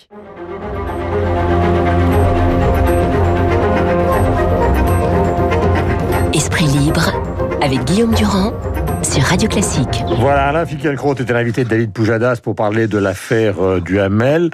Esprit libre avec Guillaume Durand sur Radio Classique. Voilà, Alain Finkielkraut était l'invité de David Pujadas pour parler de l'affaire Duhamel.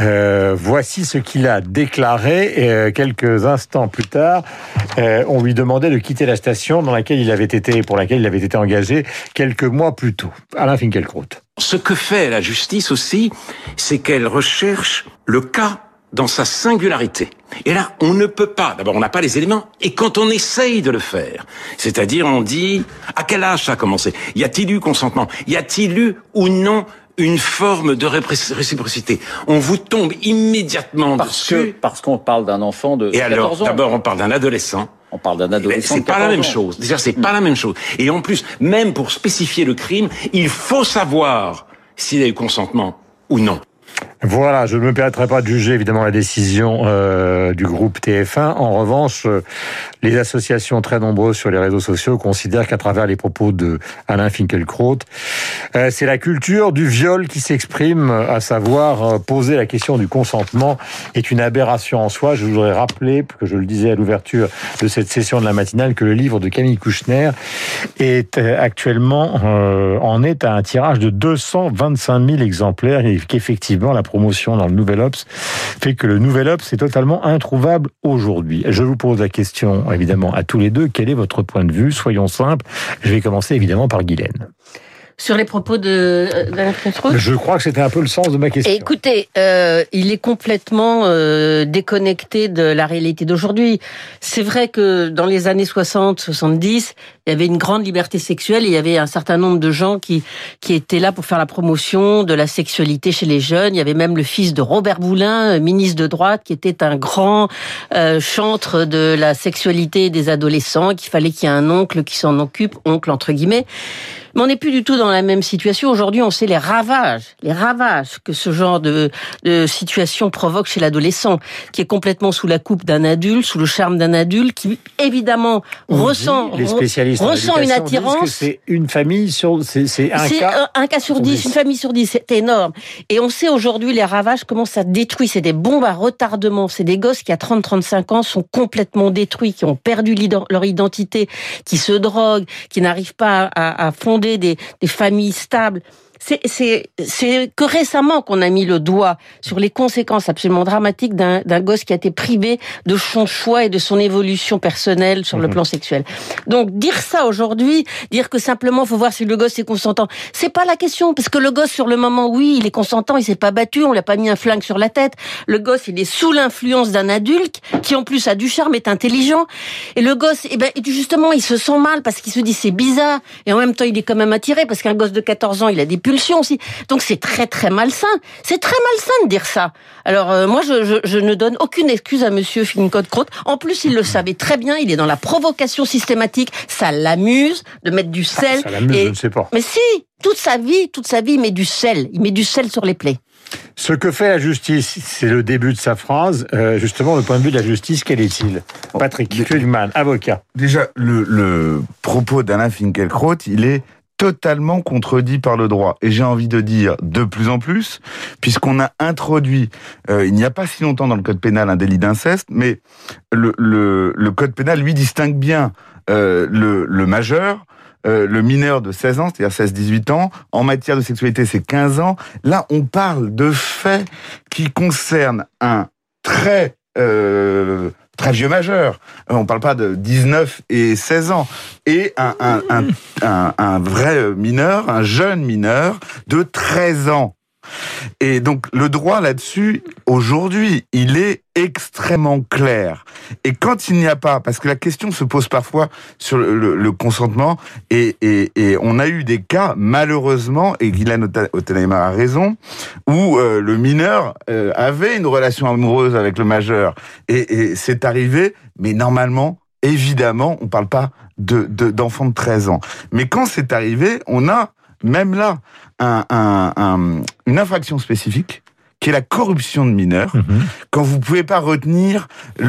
Voici ce qu'il a déclaré quelques instants plus tard. On lui demandait de quitter la station pour laquelle il avait été engagé quelques mois plus tôt. Alain Finkielkraut. Ce que fait la justice aussi, c'est qu'elle recherche le cas dans sa singularité. Et là, on ne peut pas, d'abord on n'a pas les éléments, et quand on essaye de le faire, c'est-à-dire on dit, à quel âge ça a commencé? Y a-t-il eu consentement? Y a-t-il eu ou non une forme de réciprocité? On vous tombe immédiatement dessus. Parce qu'on parle d'un enfant de 14 ans. Et alors, d'abord on parle d'un adolescent. On parle d'un adolescent. C'est pas la même chose. Déjà, c'est pas la même chose. Et en plus, même pour spécifier le crime, il faut savoir s'il y a eu consentement ou non. Voilà, je ne me permettrai pas de juger évidemment la décision du groupe TF1. En revanche, les associations très nombreuses sur les réseaux sociaux considèrent qu'à travers les propos de Alain Finkielkraut, c'est la culture du viol qui s'exprime, à savoir poser la question du consentement est une aberration en soi. Je voudrais rappeler, que je le disais à l'ouverture de cette session de la matinale, que le livre de Camille Kouchner est actuellement en est à un tirage de 225 000 exemplaires et qu'effectivement la promotion dans le Nouvel Obs fait que le Nouvel Obs est totalement introuvable aujourd'hui. Je vous pose la question, évidemment, à tous les deux. Quel est votre point de vue? Soyons simples. Je vais commencer, évidemment, par Guylaine. Sur les propos d'Alain Finkielkraut ? Je crois que c'était un peu le sens de ma question. Écoutez, il est complètement déconnecté de la réalité d'aujourd'hui. C'est vrai que dans les années 60, 70, il y avait une grande liberté sexuelle et il y avait un certain nombre de gens qui étaient là pour faire la promotion de la sexualité chez les jeunes. Il y avait même le fils de Robert Boulin, ministre de droite, qui était un grand chantre de la sexualité des adolescents, qu'il fallait qu'il y ait un oncle qui s'en occupe, oncle entre guillemets. Mais on n'est plus du tout dans la même situation. Aujourd'hui, on sait les ravages que ce genre de situation provoque chez l'adolescent, qui est complètement sous la coupe d'un adulte, sous le charme d'un adulte, qui évidemment ressent une attirance. Que c'est une famille sur, c'est un cas sur 10, une famille sur 10, c'est énorme. Et on sait aujourd'hui les ravages, comment ça détruit. C'est des bombes à retardement. C'est des gosses qui à 30-35 ans sont complètement détruits, qui ont perdu leur identité, qui se droguent, qui n'arrivent pas à fonder des familles stables. C'est que récemment qu'on a mis le doigt sur les conséquences absolument dramatiques d'un gosse qui a été privé de son choix et de son évolution personnelle sur le plan sexuel. Donc dire ça aujourd'hui, dire que simplement faut voir si le gosse est consentant, c'est pas la question, parce que le gosse sur le moment, oui, il est consentant, il s'est pas battu, on l'a pas mis un flingue sur la tête. Le gosse, il est sous l'influence d'un adulte qui en plus a du charme, est intelligent. Et le gosse, justement, il se sent mal parce qu'il se dit c'est bizarre, et en même temps il est quand même attiré parce qu'un gosse de 14 ans, il a des pulsions aussi. Donc c'est très très malsain. C'est très malsain de dire ça. Alors moi je ne donne aucune excuse à monsieur Finkielkraut. En plus il le savait très bien, il est dans la provocation systématique. Ça l'amuse de mettre du sel. Ça l'amuse, je ne sais pas. Mais si, toute sa vie il met du sel. Il met du sel sur les plaies. Ce que fait la justice, c'est le début de sa phrase. Justement, le point de vue de la justice, quel est-il? Patrick Kuhlmann, avocat. Déjà, le propos d'Alain Finkielkraut, il est totalement contredit par le droit. Et j'ai envie de dire de plus en plus, puisqu'on a introduit, il n'y a pas si longtemps dans le code pénal, un délit d'inceste, mais le code pénal, lui, distingue bien le majeur, le mineur de 16 ans, c'est-à-dire 16-18 ans. En matière de sexualité, c'est 15 ans. Là, on parle de faits qui concernent un très vieux majeur. On parle pas de 19 et 16 ans. Et un vrai mineur, un jeune mineur de 13 ans. Et donc, le droit là-dessus, aujourd'hui, il est extrêmement clair. Et quand il n'y a pas, parce que la question se pose parfois sur le consentement, et on a eu des cas, malheureusement, et Guylaine Ottenheimer a raison, où le mineur avait une relation amoureuse avec le majeur. Et c'est arrivé, mais normalement, évidemment, on parle pas d'enfants de 13 ans. Mais quand c'est arrivé, on a, même là, une infraction spécifique qui est la corruption de mineurs, quand vous pouvez pas retenir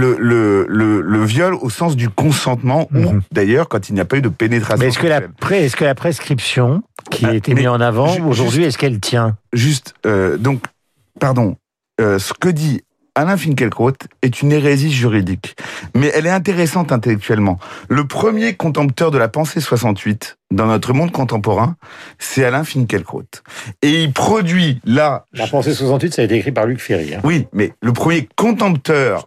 le viol au sens du consentement, ou d'ailleurs quand il n'y a pas eu de pénétration. Mais est-ce que la prescription qui a été mise en avant aujourd'hui, est-ce qu'elle tient? Juste, ce que dit Alain Finkielkraut est une hérésie juridique, mais elle est intéressante intellectuellement. Le premier contempteur de la pensée 68 dans notre monde contemporain, c'est Alain Finkielkraut. Et il produit là... La pensée 68, ça a été écrit par Luc Ferry. Hein. Oui, mais le premier contempteur,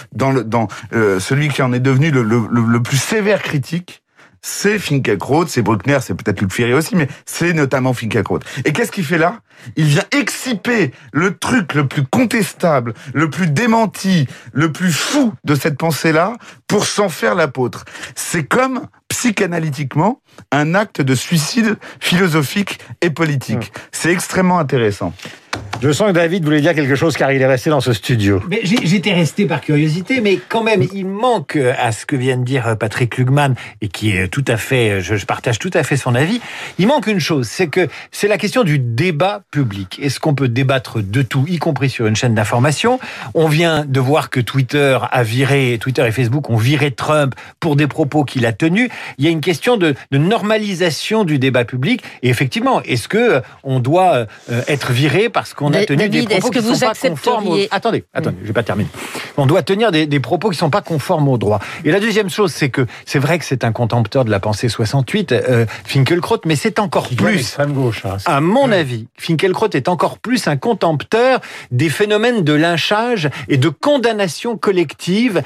celui qui en est devenu le plus sévère critique, c'est Finkielkraut, c'est Bruckner, c'est peut-être Luc Ferry aussi, mais c'est notamment Finkielkraut. Et qu'est-ce qu'il fait là ? Il vient exciper le truc le plus contestable, le plus démenti, le plus fou de cette pensée-là pour s'en faire l'apôtre. C'est comme, psychanalytiquement, un acte de suicide philosophique et politique. C'est extrêmement intéressant. Je sens que David voulait dire quelque chose car il est resté dans ce studio. Mais j'étais resté par curiosité, mais quand même, il manque à ce que vient de dire Patrick Lugman, et qui est tout à fait, je partage tout à fait son avis, il manque une chose, c'est la question du débat public. Est-ce qu'on peut débattre de tout, y compris sur une chaîne d'information ? On vient de voir que Twitter et Facebook ont viré Trump pour des propos qu'il a tenus. Il y a une question de normalisation du débat public, et effectivement, est-ce que on doit être viré parce qu'on a tenu David, des propos qui ne sont pas conformes au... Attendez, je vais pas terminer. On doit tenir des propos qui ne sont pas conformes au droit. Et la deuxième chose, c'est que c'est vrai que c'est un contempteur de la pensée 68, Finkielkraut, mais c'est encore plus... L'extrême gauche. Hein. À mon avis, Finkielkraut est encore plus un contempteur des phénomènes de lynchage et de condamnation collective.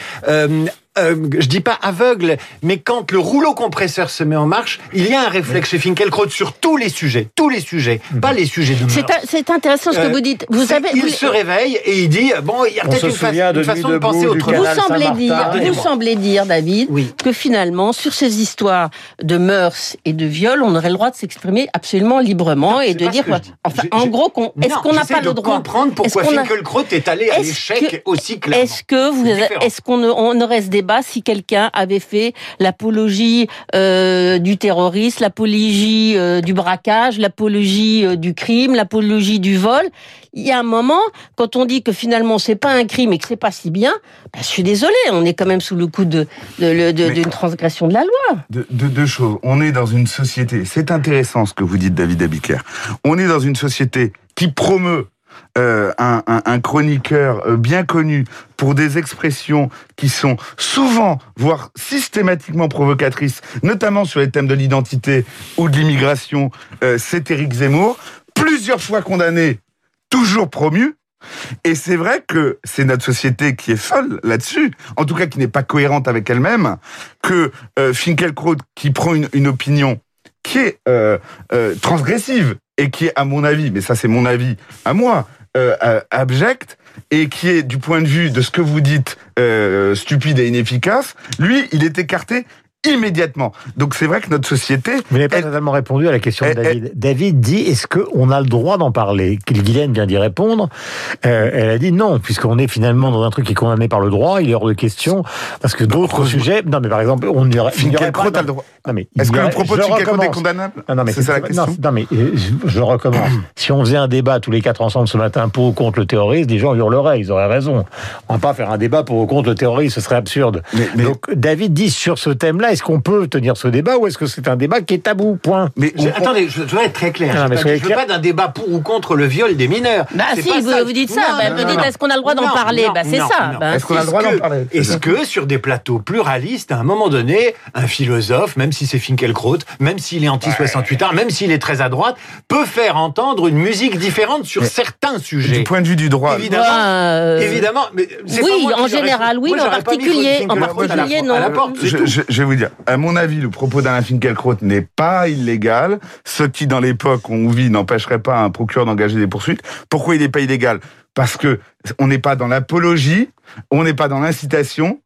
Je dis pas aveugle, mais quand le rouleau compresseur se met en marche, il y a un réflexe chez Finkielkraut sur tous les sujets, pas les sujets de mœurs. C'est intéressant ce que vous dites. Il se réveille et il dit bon, il y a peut-être une façon de penser autrement. Vous semblez dire, David, que finalement, sur ces histoires de mœurs et de viol, on aurait le droit de s'exprimer absolument librement et de dire, en gros, est-ce qu'on n'a pas le droit de comprendre pourquoi Finkielkraut est allé à l'échec aussi clairement. Est-ce qu'on aurait ce débat si quelqu'un avait fait l'apologie du terrorisme, l'apologie du braquage, l'apologie du crime, l'apologie du vol? Il y a un moment, quand on dit que finalement c'est pas un crime et que c'est pas si bien, je suis désolée, on est quand même sous le coup d'une transgression de la loi. Deux choses. On est dans une société, c'est intéressant ce que vous dites, David Abiker. On est dans une société qui promeut un chroniqueur bien connu pour des expressions qui sont souvent, voire systématiquement provocatrices, notamment sur les thèmes de l'identité ou de l'immigration, c'est Éric Zemmour, plusieurs fois condamné, toujours promu. Et c'est vrai que c'est notre société qui est folle là-dessus, en tout cas qui n'est pas cohérente avec elle-même, que Finkielkraut, qui prend une opinion qui est transgressive, et qui est, à mon avis, mais ça c'est mon avis à moi, abject, et qui est, du point de vue de ce que vous dites, stupide et inefficace, lui, il est écarté immédiatement. Donc c'est vrai que notre société... Vous n'avez pas totalement répondu à la question de David. David dit, est-ce qu'on a le droit d'en parler ? Guylaine vient d'y répondre. Elle a dit non, puisqu'on est finalement dans un truc qui est condamné par le droit, il est hors de question, parce que d'autres sujets... Non, mais par exemple, on n'y aurait pas... le droit. Non, mais est-ce que le propos de Finkielkraut est condamnable ? Non, mais c'est ça la question. Non, mais je recommence. Si on faisait un débat tous les quatre ensemble ce matin pour ou contre le terrorisme, les gens hurleraient, ils auraient raison. On va pas faire un débat pour ou contre le terrorisme, ce serait absurde. Donc David dit sur ce thème-là, est-ce qu'on peut tenir ce débat ou est-ce que c'est un débat qui est tabou ? Point. Mais attendez, je dois être très clair. Je ne veux pas d'un débat pour ou contre le viol des mineurs. Vous dites ça. Vous dites est-ce qu'on a le droit d'en parler ? C'est ça. Est-ce qu'on a le droit d'en parler ? Est-ce que sur des plateaux pluralistes, à un moment donné, un philosophe, même si c'est Finkielkraut, même s'il est anti-68 même s'il est très à droite, peut faire entendre une musique différente sur certains sujets ? Du point de vue du droit. Évidemment. Mais oui, en général, oui, mais en particulier, non. Je vais vous dire, à mon avis, le propos d'Alain Finkielkraut n'est pas illégal. Ce qui, dans l'époque où on vit, n'empêcherait pas un procureur d'engager des poursuites. Pourquoi il n'est pas illégal ? Parce que on n'est pas dans l'apologie, on n'est pas dans l'incitation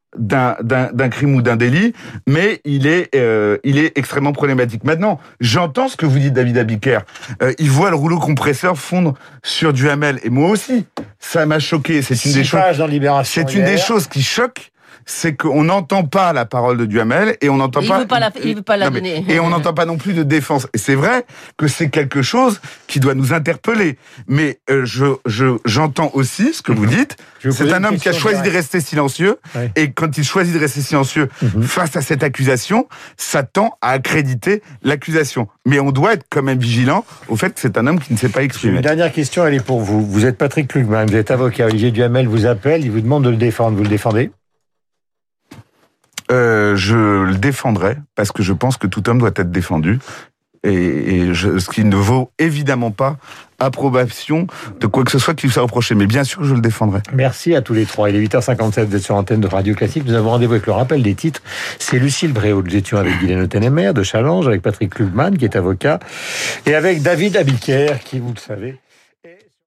d'un crime ou d'un délit, mais il est extrêmement problématique. Maintenant, j'entends ce que vous dites, David Abiker. Il voit le rouleau compresseur fondre sur Duhamel, et moi aussi, ça m'a choqué. C'est une des choses. Des choses qui choquent. c'est qu'on n'entend pas la parole de Duhamel et on n'entend pas. Il veut pas la donner. Et on n'entend pas non plus de défense. Et c'est vrai que c'est quelque chose qui doit nous interpeller. Mais j'entends aussi ce que vous dites. C'est un homme qui a choisi de rester silencieux. Ouais. Et quand il choisit de rester silencieux face à cette accusation, ça tend à accréditer l'accusation. Mais on doit être quand même vigilant au fait que c'est un homme qui ne s'est pas exprimé. Une dernière question, elle est pour vous. Vous êtes Patrick Klugman, vous êtes avocat. Olivier Duhamel vous appelle, il vous demande de le défendre. Vous le défendez ? Je le défendrai parce que je pense que tout homme doit être défendu. Ce qui ne vaut évidemment pas approbation de quoi que ce soit qui lui soit reproché. Mais bien sûr, je le défendrai. Merci à tous les trois. Il est 8h57, vous êtes sur l'antenne de Radio Classique. Nous avons rendez-vous avec le rappel des titres. C'est Lucille Bréau. Nous étions avec Guylaine Ottenemer de Challenge, avec Patrick Klugman, qui est avocat, et avec David Abiker, qui, vous le savez,